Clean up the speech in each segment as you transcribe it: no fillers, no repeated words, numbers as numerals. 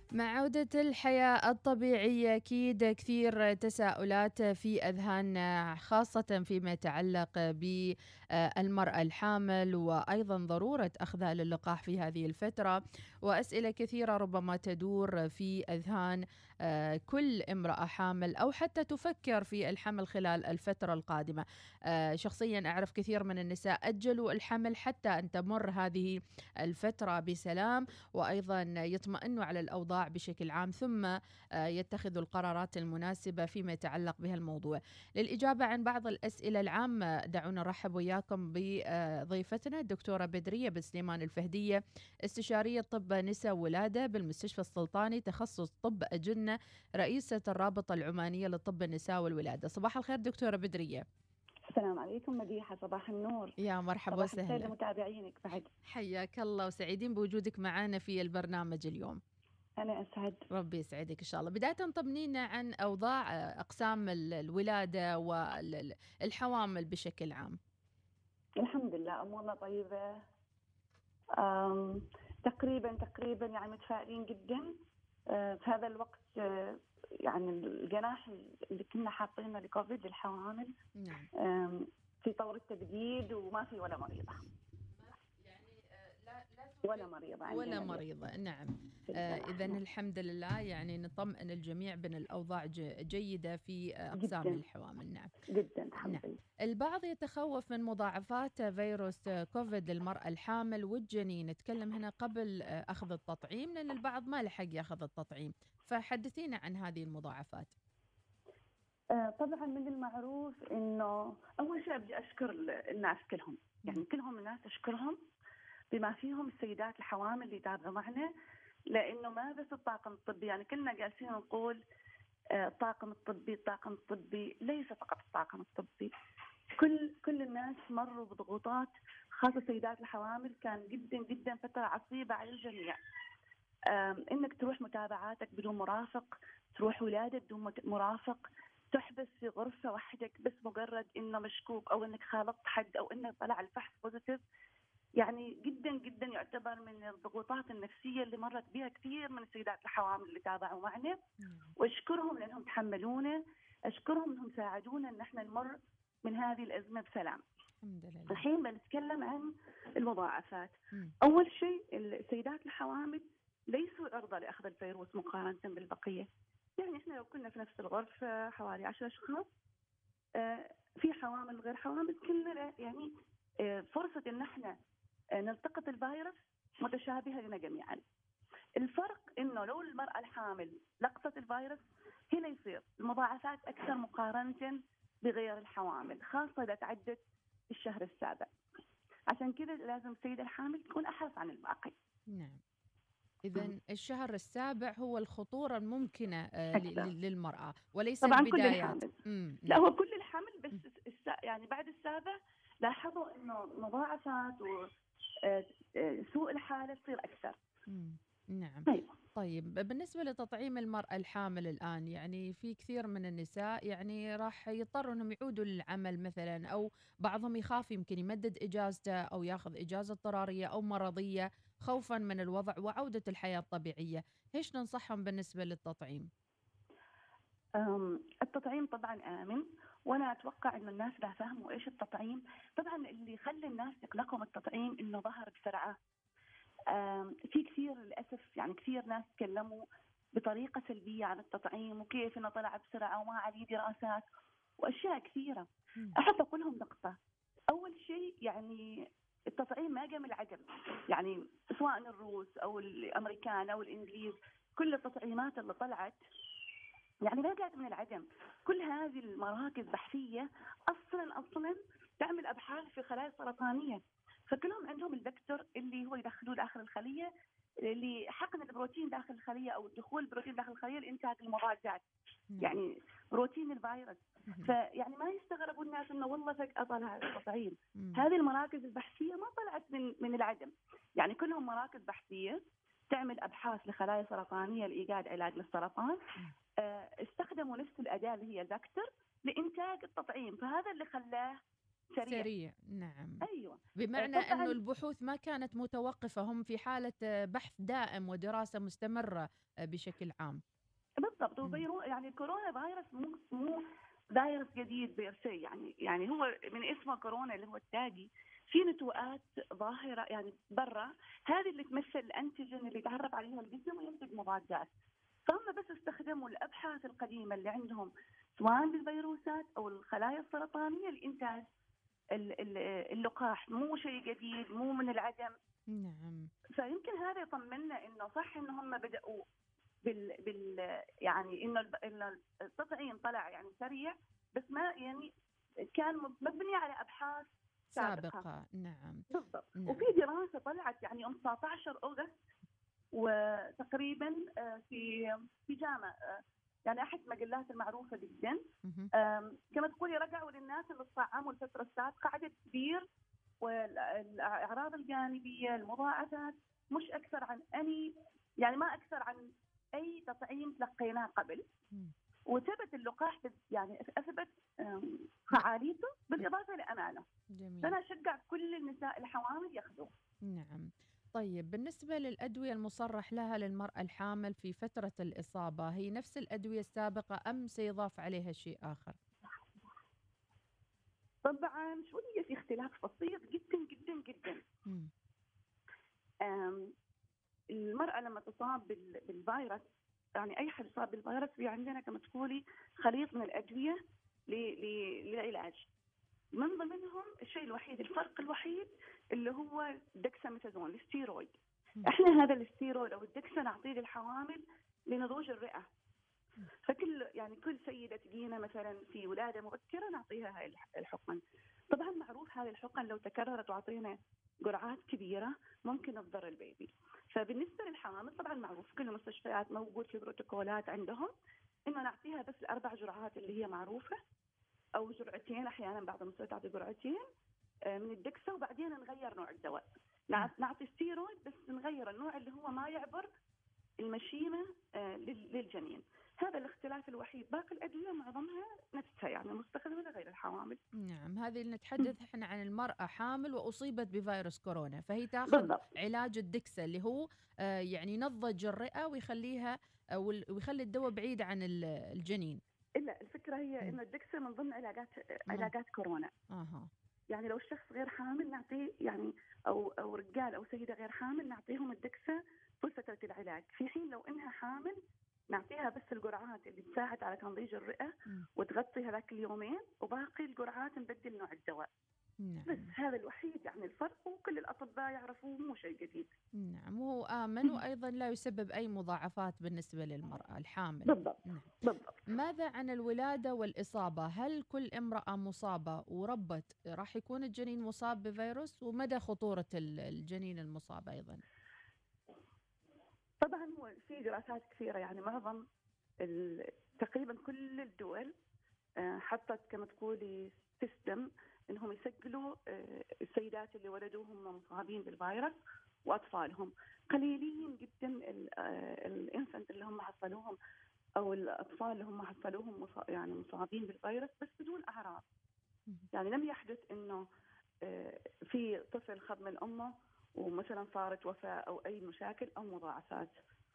مع عودة الحياة الطبيعية أكيد كثير تساؤلات في أذهاننا خاصة فيما يتعلق بالمرأة الحامل وأيضا ضرورة أخذها للقاح في هذه الفترة، وأسئلة كثيرة ربما تدور في أذهان كل امرأة حامل أو حتى تفكر في الحمل خلال الفترة القادمة. شخصيا أعرف كثير من النساء أجلوا الحمل حتى أن تمر هذه الفترة بسلام، وأيضا يطمئنوا على الأوضاع بشكل عام، ثم يتخذوا القرارات المناسبة فيما يتعلق بها الموضوع. للإجابة عن بعض الأسئلة العامة دعونا نرحب وياكم بضيفتنا الدكتورة بدرية بن سليمان الفهدية، استشارية طب نساء ولادة بالمستشفى السلطاني تخصص طب أجنة، رئيسة الرابطة العمانية لطب النساء والولادة. صباح الخير دكتورة بدرية. السلام عليكم مديحة، صباح النور. يا مرحبا صباح الخير وسهلا. لمتابعينك بعد. حياك الله وسعيدين بوجودك معنا في البرنامج اليوم. أنا أسعد. ربي يسعدك إن شاء الله. بداية طمنينا عن أوضاع أقسام الولادة والحوامل بشكل عام. الحمد لله أمورنا طيبة. تقريبا يعني متفائلين جدا. في هذا الوقت يعني الجناح اللي كنا حاطينه لكوفيد للحوامل نعم. في طور التجديد وما في ولا مريضة. ولا مريضة ولا عندنا اليوم مريضة، نعم. في الجناح. إذا نعم. الحمد لله، يعني نطمئن الجميع بأن الأوضاع جيدة في أقسام جدا الحوامل. نعم. جدا الحمد نعم. لله. البعض يتخوف من مضاعفات فيروس كوفيد للمرأة الحامل والجنين. نتكلم هنا قبل أخذ التطعيم، لأن البعض ما لحق يأخذ التطعيم، فحدثينا عن هذه المضاعفات. طبعا من المعروف انه اول شيء بدي اشكر الناس كلهم، يعني كلهم الناس اشكرهم بما فيهم السيدات الحوامل اللي يتابعوا معنا، لانه ما بس الطاقم الطبي، يعني كلنا جالسين نقول الطاقم الطبي ليس فقط الطاقم الطبي، كل الناس مروا بضغوطات، خاصة السيدات الحوامل كان جدا جدا فترة عصيبة على الجميع. انك تروح متابعاتك بدون مرافق، تروح ولادة بدون مرافق، تحبس في غرفة وحدك بس مجرد انه مشكوك او انك خالطت حد او انك طلع الفحص بوزيتيف. يعني جدا جدا يعتبر من الضغوطات النفسية اللي مرت بها كثير من السيدات الحوامل اللي تابعوا معنا، واشكرهم لانهم تحملونا، اشكرهم انهم ساعدونا ان احنا نمر من هذه الازمة بسلام. الحمد لله. الحين بنتكلم عن المضاعفات. مم. اول شيء السيدات الحوامل ليسوا عرضة لأخذ الفيروس مقارنة بالبقية. يعني إحنا لو كنا في نفس الغرفة حوالي 10 أشخاص، في حوامل وغير حوامل، كلنا يعني فرصة إن إحنا نلتقط الفيروس متشابهة لنا جميعا. الفرق إنه لو المرأة الحامل لقطت الفيروس هنا يصير المضاعفات أكثر مقارنة بغير الحوامل، خاصة إذا تعدت الشهر السابع. عشان كذا لازم السيدة الحامل تكون أحرص عن الباقي. نعم. إذا الشهر السابع هو الخطورة الممكنة أكثر للمرأة وليس طبعا كل البدايات. الحامل. لا نعم. هو كل الحمل، بس يعني بعد السابع لاحظوا انه مضاعفات وسوء الحاله تصير اكثر. مم. نعم. ايوه. طيب بالنسبة لتطعيم المرأة الحامل الآن، يعني في كثير من النساء يعني راح يضطروا انهم يعودوا للعمل مثلا، او بعضهم يخاف يمكن يمدد اجازته او ياخذ اجازة اضطرارية او مرضية خوفا من الوضع وعودة الحياة الطبيعية. ايش ننصحهم بالنسبة للتطعيم؟ التطعيم طبعا امن، وانا اتوقع انه الناس لا فهموا ايش التطعيم. طبعا اللي يخلي الناس يقلقوا من التطعيم انه ظهر بسرعه. في كثير للاسف، يعني كثير ناس تكلموا بطريقه سلبيه عن التطعيم وكيف انه طلع بسرعه وما عليه دراسات واشياء كثيره. مم. احب اقول لهم نقطه. اول شيء يعني التطعيم ما جاء من العدم، يعني سواء الروس او الامريكان او الانجليز، كل التطعيمات اللي طلعت يعني ما جاءت من العدم. كل هذه المراكز بحثيه اصلا تعمل ابحاث في خلايا سرطانيه، فكلهم عندهم الفكتور اللي هو يدخلوه داخل الخليه، اللي حقن البروتين داخل الخليه او دخول البروتين داخل الخليه لانتاج المضادات، نعم. يعني بروتين الفيروس. مم. فيعني ما يستغربوا الناس انه والله فجاه طلع التطعيم. مم. هذه المراكز البحثيه ما طلعت من العدم، يعني كلهم مراكز بحثيه تعمل ابحاث لخلايا سرطانيه لايجاد علاج للسرطان. مم. استخدموا نفس الاداه اللي هي الفاكتور لانتاج التطعيم، فهذا اللي خلاه سريع. سريع، نعم. أيوة. بمعنى أنه طبعا البحوث ما كانت متوقفة، هم في حالة بحث دائم ودراسة مستمرة بشكل عام. بالضبط. مم. يعني كورونا فيروس مو فيروس جديد بيرسي، يعني هو من اسمه كورونا اللي هو التاجي، في نتوءات ظاهره يعني برا، هذه اللي تمثل الانتيجين اللي يتعرف عليها الجسم وينتج مضادات. فهم بس استخدموا الابحاث القديمه اللي عندهم سواء بالفيروسات او الخلايا السرطانيه لانتاج اللقاح، مو شيء جديد، مو من العدم. نعم. فيمكن هذا يطمنا انه صح ان هم بداوا يعني انه التطعيم طلع يعني سريع، بس ما يعني كان مبني على ابحاث سابقه. سابقة، نعم. بالضبط. وفي نعم. دراسه طلعت يعني يوم 19 اغسطس، وتقريبا في جامعه، يعني احد المجلات المعروفه جدا، مهم. كما تقولي رجعوا للناس اللي تطعموا الفتره السابقه عدد كبير، والاعراض الجانبيه المضاعفات مش اكثر عن يعني ما اكثر عن اي تطعيم تلقيناه قبل. مم. وثبت اللقاح يعني اثبت فعاليته بالاضافه لامانه. جميل. فانا اشجع كل النساء الحوامل ياخذوه. نعم. طيب بالنسبة للأدوية المصرح لها للمرأة الحامل في فترة الإصابة، هي نفس الأدوية السابقة أم سيضاف عليها شيء آخر؟ طبعا شويه في اختلاف بسيط جدا جدا جدا. مم. المراه لما تصاب بالفيروس، يعني اي حد يصاب بالفيروس، في عندنا كما تقولي خليط من الادويه للعلاج. من ضمنهم الشيء الوحيد، الفرق الوحيد اللي هو الدكساميثازون، الستيرويد. احنا هذا الستيرويد او الدكسا نعطيه للحوامل لنضوج الرئه. كل سيده تجينا مثلا في ولاده مبكره نعطيها هاي الحقن. طبعا معروف هذه الحقن لو تكررت وعطينا جرعات كبيره ممكن تضر البيبي. فبالنسبه للحوامل طبعا معروف كل المستشفيات موجود في بروتوكولات عندهم انه نعطيها بس الاربع جرعات اللي هي معروفه، او جرعتين، احيانا بعض المستشفيات تعطي جرعتين من الدكسا، وبعدين نغير نوع الدواء. نعطي ستيرويد بس نغير النوع اللي هو ما يعبر المشيمه للجنين. هذا الاختلاف الوحيد، باقي الادويه معظمها نفسها يعني مستخدمه لغير الحوامل. نعم. هذه نتحدث احنا عن المرأة حامل وأصيبت بفيروس كورونا، فهي تاخذ بالضبط. علاج الدكسا اللي هو يعني ينضج الرئة ويخليها ويخلي الدواء بعيد عن الجنين. الا الفكره هي مم. انه الدكسا من ضمن من علاجات كورونا. اها. يعني لو الشخص غير حامل نعطيه، يعني او رجال او سيده غير حامل نعطيهم الدكسا طول فتره العلاج، في حين لو انها حامل نعطيها بس الجرعات اللي تساعد على تنضيج الرئه مم. وتغطي هذاك اليومين، وباقي الجرعات نبدل نوع الدواء. بس نعم. هذا الوحيد يعني الفرق، وكل الاطباء يعرفوه، مو شيء جديد. نعم، وهو آمن وأيضا لا يسبب أي مضاعفات بالنسبة للمرأة الحامل. بالضبط. نعم. بالضبط. ماذا عن الولادة والإصابة؟ هل كل امرأة مصابة وربت راح يكون الجنين مصاب بفيروس؟ ومدى خطورة الجنين المصاب أيضا؟ طبعا هو في دراسات كثيره، يعني معظم تقريبا كل الدول حطت كما تقولي سيستم انهم يسجلوا السيدات اللي ولدوهم مصابين بالفيروس واطفالهم. قليلين جدا الانفنت اللي هم حصلوهم او الاطفال اللي هم حصلوهم يعني مصابين بالفيروس بس بدون اعراض. يعني لم يحدث انه في طفل خذ من امه ومثلا صارت وفاه او اي مشاكل او مضاعفات.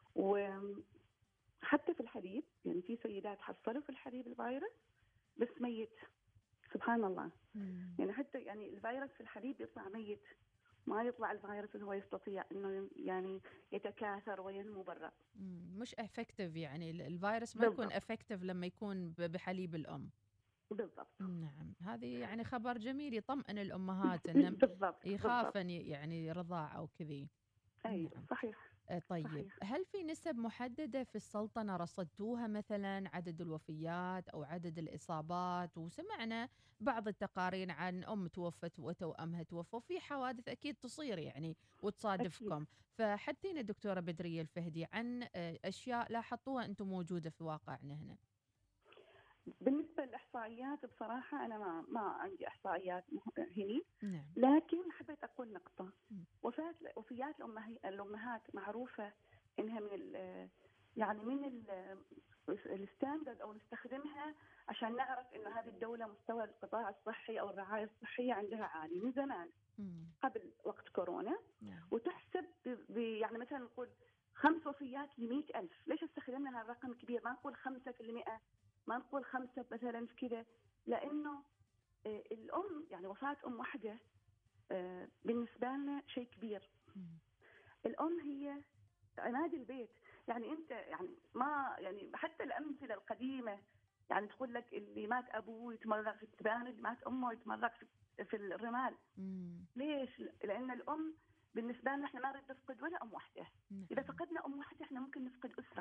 وحتى في الحليب، يعني في سيدات حصلوا في الحليب الفيروس بس ميت، سبحان الله. يعني حتى يعني الفيروس في الحليب يطلع ميت، ما يطلع الفيروس اللي هو يستطيع انه يعني يتكاثر وينمو برا. مش افكتيف، يعني الفيروس ما يكون بالضبط. افكتيف لما يكون بحليب الام. بالضبط. نعم، هذه يعني خبر جميل يطمئن الامهات ان بالضبط. يخاف بالضبط. أن يعني رضاع او كذي. ايوه نعم. صحيح. طيب صحيح. هل في نسب محددة في السلطنة رصدتوها، مثلا عدد الوفيات أو عدد الإصابات؟ وسمعنا بعض التقارير عن أم توفت وتوأمها توفى، وفي حوادث أكيد تصير يعني اكيد. وتصادفكم. فحدثينا دكتورة بدرية الفهدي عن أشياء لاحظتوها أنتم موجودة في واقعنا هنا. بالنسبه للاحصائيات بصراحه انا ما عندي احصائيات هني، نعم. لكن حبيت اقول نقطه. م. وفيات الامهات معروفه انها يعني من الستاندرد او نستخدمها عشان نعرف انه هذه الدوله مستوى القطاع الصحي او الرعايه الصحيه عندها عالي من زمان قبل وقت كورونا. وتحسب يعني مثلا نقول 5 وفيات ل100,000. ليش استخدمنا هذا الرقم الكبير؟ ما نقول 5 في المئة، ما نقول 5 مثلا في كذا، لانه الام يعني وفاه ام واحده بالنسبه لنا شيء كبير. الام هي عماد البيت. يعني انت يعني ما يعني حتى الامثله القديمه يعني تقول لك اللي مات ابوه يتمرغ في التبان، اللي مات امه يتمرغ في الرمال. ليش؟ لان الام بالنسبه لنا احنا ما نريد نفقد ولا ام واحده. اذا فقدنا ام واحده احنا ممكن نفقد اسره.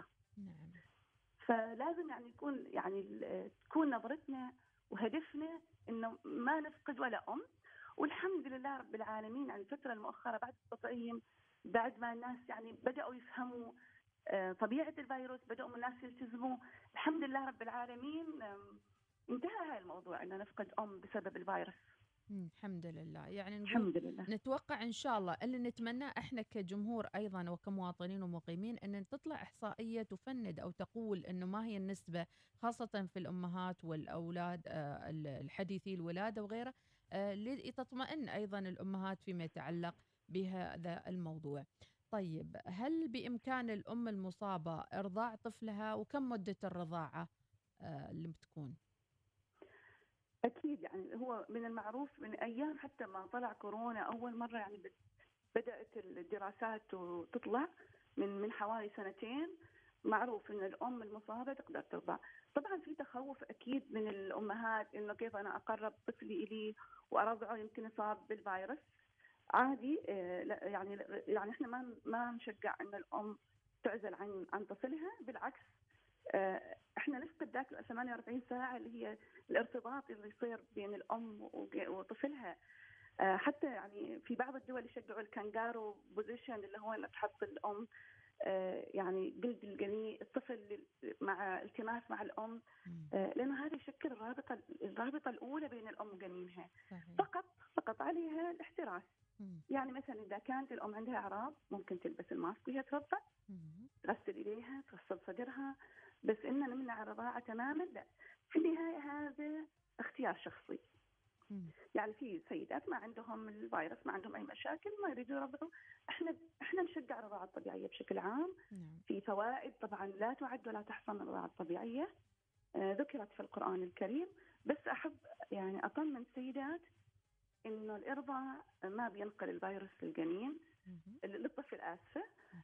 فلازم يعني تكون نظرتنا وهدفنا انه ما نفقد ولا ام. والحمد لله رب العالمين يعني الفتره المؤخره بعد التطعيم، بعد ما الناس يعني بداوا يفهموا طبيعه الفيروس، بداوا الناس يلتزموا، الحمد لله رب العالمين انتهى هذا الموضوع ان نفقد ام بسبب الفيروس. الحمد لله. يعني نقول الحمد لله. نتوقع ان شاء الله اللي نتمناه احنا كجمهور ايضا وكمواطنين ومقيمين ان تطلع احصائيه تفند او تقول انه ما هي النسبه خاصه في الامهات والاولاد الحديثي الولاده وغيره، لتطمئن ايضا الامهات فيما يتعلق بهذا الموضوع. طيب، هل بامكان الام المصابه ارضاع طفلها، وكم مده الرضاعه اللي بتكون؟ أكيد يعني هو من المعروف من أيام حتى ما طلع كورونا أول مرة، يعني بدأت الدراسات تطلع من حوالي 2 معروف إن الأم المصابة تقدر ترضع. طبعا في تخوف أكيد من الأمهات إنه كيف أنا أقرب طفلي إلي وأرضعه يمكن يصاب بالفيروس. عادي يعني إحنا ما نشجع إن الأم تعزل عن طفلها، بالعكس احنا نفقد ذاك 48 ساعه اللي هي الارتباط اللي يصير بين الام وطفلها. حتى يعني في بعض الدول يشجعوا الكانجارو بوزيشن اللي هو ان تحط الام يعني جلد الجنين الطفل مع التماس مع الام، لانه هذا يشكل الرابطه الاولى بين الام وجنينها. فقط عليها الاحتراس. يعني مثلا اذا كانت الام عندها اعراض ممكن تلبس الماسك وهي ترضع، تغسل ايديها، تغسل صدرها، بس إن نمنع الرضاعة تماما لا. في النهاية هذا اختيار شخصي. يعني في سيدات ما عندهم الفيروس، ما عندهم أي مشاكل، ما يريدوا يرضعوا، احنا نشجع الرضاعة الطبيعية بشكل عام. في فوائد طبعا لا تعد ولا تحصى من الرضاعة الطبيعية، ذكرت في القرآن الكريم. بس أحب يعني أطمن السيدات إنه الإرضاع ما بينقل الفيروس للجنين للطفل. آسفة،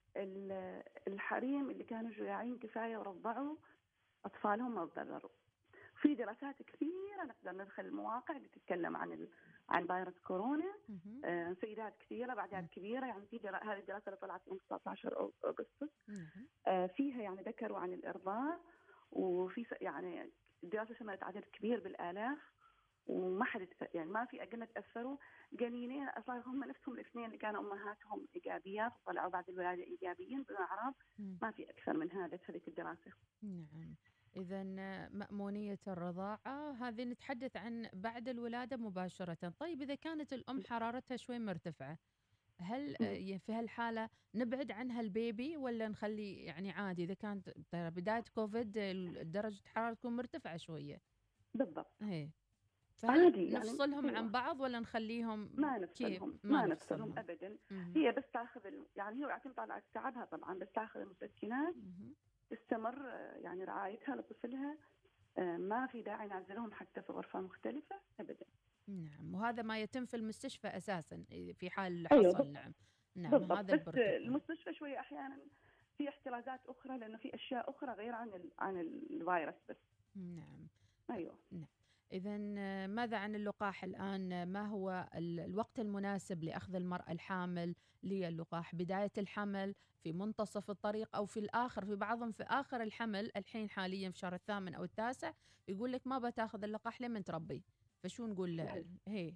الحريم اللي كانوا جياعين كفاية ورضعوا أطفالهم ما تضرروا. في دراسات كثيرة نقدر ندخل المواقع اللي تتكلم عن فيروس كورونا، سيدات كثيرة بعدات كبيرة. يعني في هذه الدراسة اللي طلعت يوم 19 أغسطس فيها يعني ذكروا عن الإرضاع، وفي يعني الدراسة شملت عدد كبير بالآلاف، وما حد يعني ما في أجنة تأثروا. جنينين أصلا هم نفسهم الاثنين اللي كانوا أمهاتهم إيجابيات وطلعوا بعد الولادة إيجابيين بالأعراض، ما في أكثر من هذا في هذه الدراسة. نعم. إذا مأمونية الرضاعة هذه نتحدث عن بعد الولادة مباشرة. طيب، إذا كانت الأم حرارتها شوي مرتفعة، هل في هالحالة نبعد عنها البيبي ولا نخلي يعني عادي؟ إذا كانت بداية كوفيد درجة الحرارة تكون مرتفعة شوية. بالضبط. هي فهل نفصلهم يعني عن بعض ولا نخليهم؟ ما نفصلهم، ما نفصلهم أبدا. هي بس تاخذ يعني هي يعتمد على تعبها طبعا، بس تاخذ المسكنات تستمر يعني رعايتها لطفلها. ما في داعي نعزلهم حتى في غرفة مختلفة أبدا. نعم، وهذا ما يتم في المستشفى أساسا في حال أيوة حصل. نعم بالضبط. هذا بس المستشفى شوية أحيانا في احترازات أخرى لأنه في أشياء أخرى غير عن الفيروس بس. نعم. أيوة. نعم. إذا ماذا عن اللقاح الآن؟ ما هو الوقت المناسب لأخذ المرأة الحامل للقاح؟ بداية الحمل، في منتصف الطريق، أو في الآخر؟ في بعضهم في آخر الحمل الحين حاليا في شهر 8 أو 9 يقول لك ما بتاخذ اللقاح لمن تربي. فشو نقول هي؟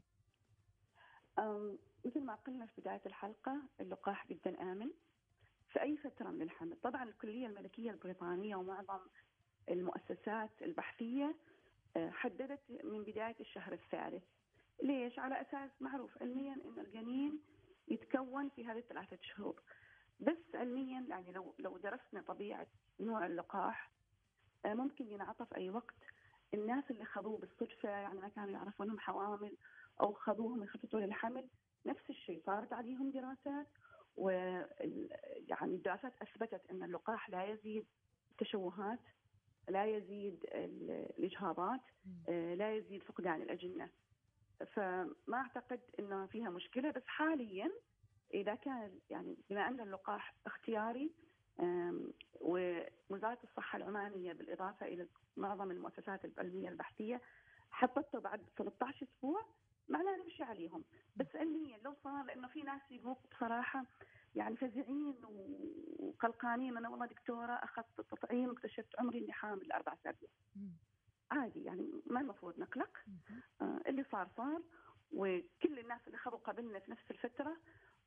مثل ما قلنا في بداية الحلقة، اللقاح جدا آمن في أي فترة من الحمل. طبعا الكلية الملكية البريطانية ومعظم المؤسسات البحثية حددت من بداية الشهر الثالث. ليش؟ على أساس معروف علميا أن الجنين يتكون في هذه 3 شهور. بس علميا يعني لو درسنا طبيعة نوع اللقاح ممكن ينعطى في أي وقت. الناس اللي خذوه بالصدفة يعني ما كانوا يعرفوا أنهم حوامل أو خذوهم يخططوا للحمل، نفس الشيء صارت عليهم دراسات، ويعني الدراسات أثبتت أن اللقاح لا يزيد التشوهات، لا يزيد الإجهاضات، لا يزيد فقدان الأجنة. فما أعتقد أنه فيها مشكلة. بس حاليا إذا كان يعني بما أن اللقاح اختياري ووزارة الصحة العمانية بالإضافة إلى معظم المؤسسات العلمية البحثية حطته بعد 13 أسبوع، معناه نمشي عليهم. بس علميا لو صار، لأنه في ناس يقولوا بصراحة يعني فزعين وقلقانين، أنا والله دكتورة أخذت التطعيم واكتشفت عمري إني حامل 4 أسابيع. عادي يعني ما المفروض نقلق. اللي صار صار، وكل الناس اللي خذوا قبلنا في نفس الفترة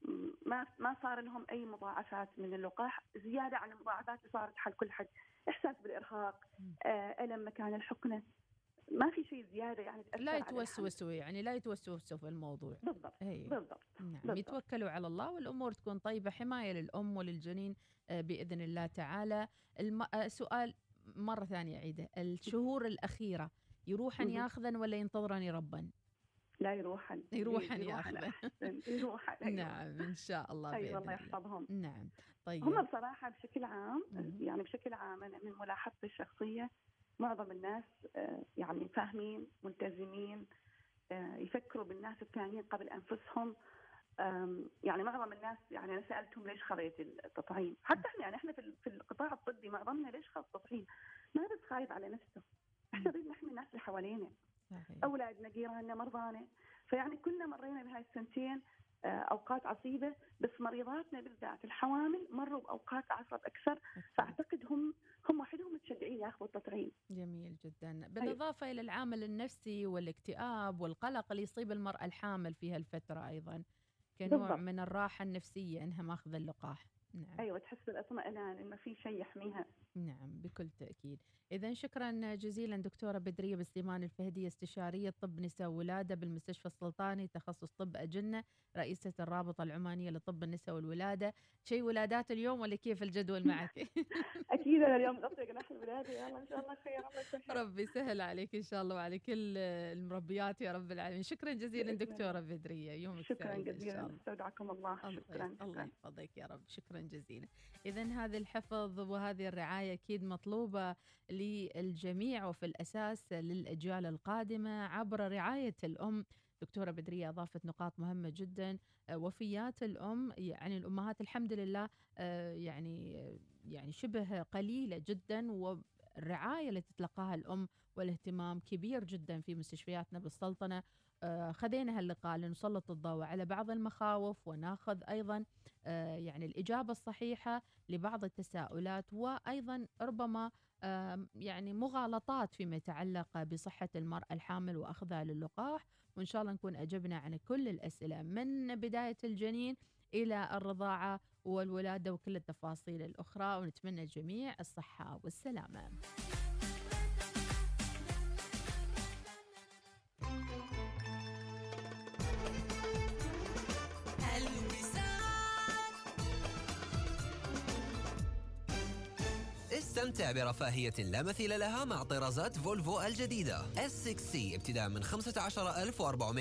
ما صار لهم أي مضاعفات من اللقاح زيادة عن المضاعفات اللي صارت حال كل حد. إحساس بالإرهاق، ألم مكان الحقنة، ما في شيء زيادة يعني تأثر لا على يتوسوسوا، يعني لا يتوسوسوا في الموضوع. بالضبط. بالضبط. نعم، بالضبط. يتوكلوا على الله والأمور تكون طيبة، حماية للأم وللجنين بإذن الله تعالى. سؤال مرة ثانية عيدة، الشهور الأخيرة يروحن ياخذن ولا ينتظرن يربن؟ لا يروحن ياخذن. يروحن. أيوة. نعم إن شاء الله. أيوة الله يحفظهم. نعم طيب. هم بصراحة بشكل عام يعني بشكل عام أنا من ملاحظتي الشخصية معظم الناس يعني فاهمين ملتزمين، يفكروا بالناس الثانيين قبل أنفسهم. يعني معظم الناس يعني أنا سألتهم ليش خذيت التطعيم، حتى إحنا يعني إحنا في القطاع الطبي معظمنا ليش خذ التطعيم؟ ما بس خايف على نفسه، إحنا بدنا نحمي الناس اللي حوالينا، أولادنا، جيراننا، مرضانا. فيعني كلنا مرينا بهاي السنتين أوقات عصيبة، بس مريضاتنا بالذات الحوامل مروا بأوقات أعصب أكثر. فأعتقد هم وحدهم متشجعين ياخذوا التطعيم. جميل جدا. بالإضافة إلى العامل النفسي والاكتئاب والقلق اللي يصيب المرأة الحامل في هالفترة أيضا كنوع بالضبط من الراحة النفسية إنها ماخذ اللقاح. نعم. أيوة تحس بالاطمئنان إنه في شيء يحميها. نعم بكل تأكيد. إذن شكرا جزيلا دكتورة بدرية بسليمان الفهدي، استشارية طب نساء وولادة بالمستشفى السلطاني تخصص طب أجنة، رئيسة الرابطة العمانية لطب النساء والولادة. شيء ولادات اليوم ولا كيف الجدول معك؟ أكيد أنا اليوم غطي جناح الولادة. يلا إن شاء الله خير. الله يسهل. ربي يسهل عليك إن شاء الله وعلى كل المربيات يا رب العالمين. شكرا جزيلا دكتورة بدرية، يومك سعيد. شكرا جزيلا، استودعكم الله. شكرا. الله يحفظك يا رب. شكرا جزيلا. إذن هذا الحفظ وهذه الرعاية أكيد مطلوبة للجميع، وفي الأساس للأجيال القادمة عبر رعاية الأم. دكتورة بدرية أضافت نقاط مهمة جدا. وفيات الأم يعني الأمهات الحمد لله يعني شبه قليلة جدا، والرعاية اللي تتلقاها الأم والاهتمام كبير جدا في مستشفياتنا بالسلطنة. خذينا هاللقاء لنسلط الضوء على بعض المخاوف وناخذ أيضا يعني الإجابة الصحيحة لبعض التساؤلات، وأيضا ربما يعني مغالطات فيما يتعلق بصحة المرأة الحامل وأخذها للقاح. وإن شاء الله نكون أجبنا عن كل الأسئلة من بداية الجنين إلى الرضاعة والولادة وكل التفاصيل الأخرى، ونتمنى الجميع الصحة والسلامة. استمتع برفاهية لا مثيل لها مع طرازات فولفو الجديدة S6C ابتداء من 15,400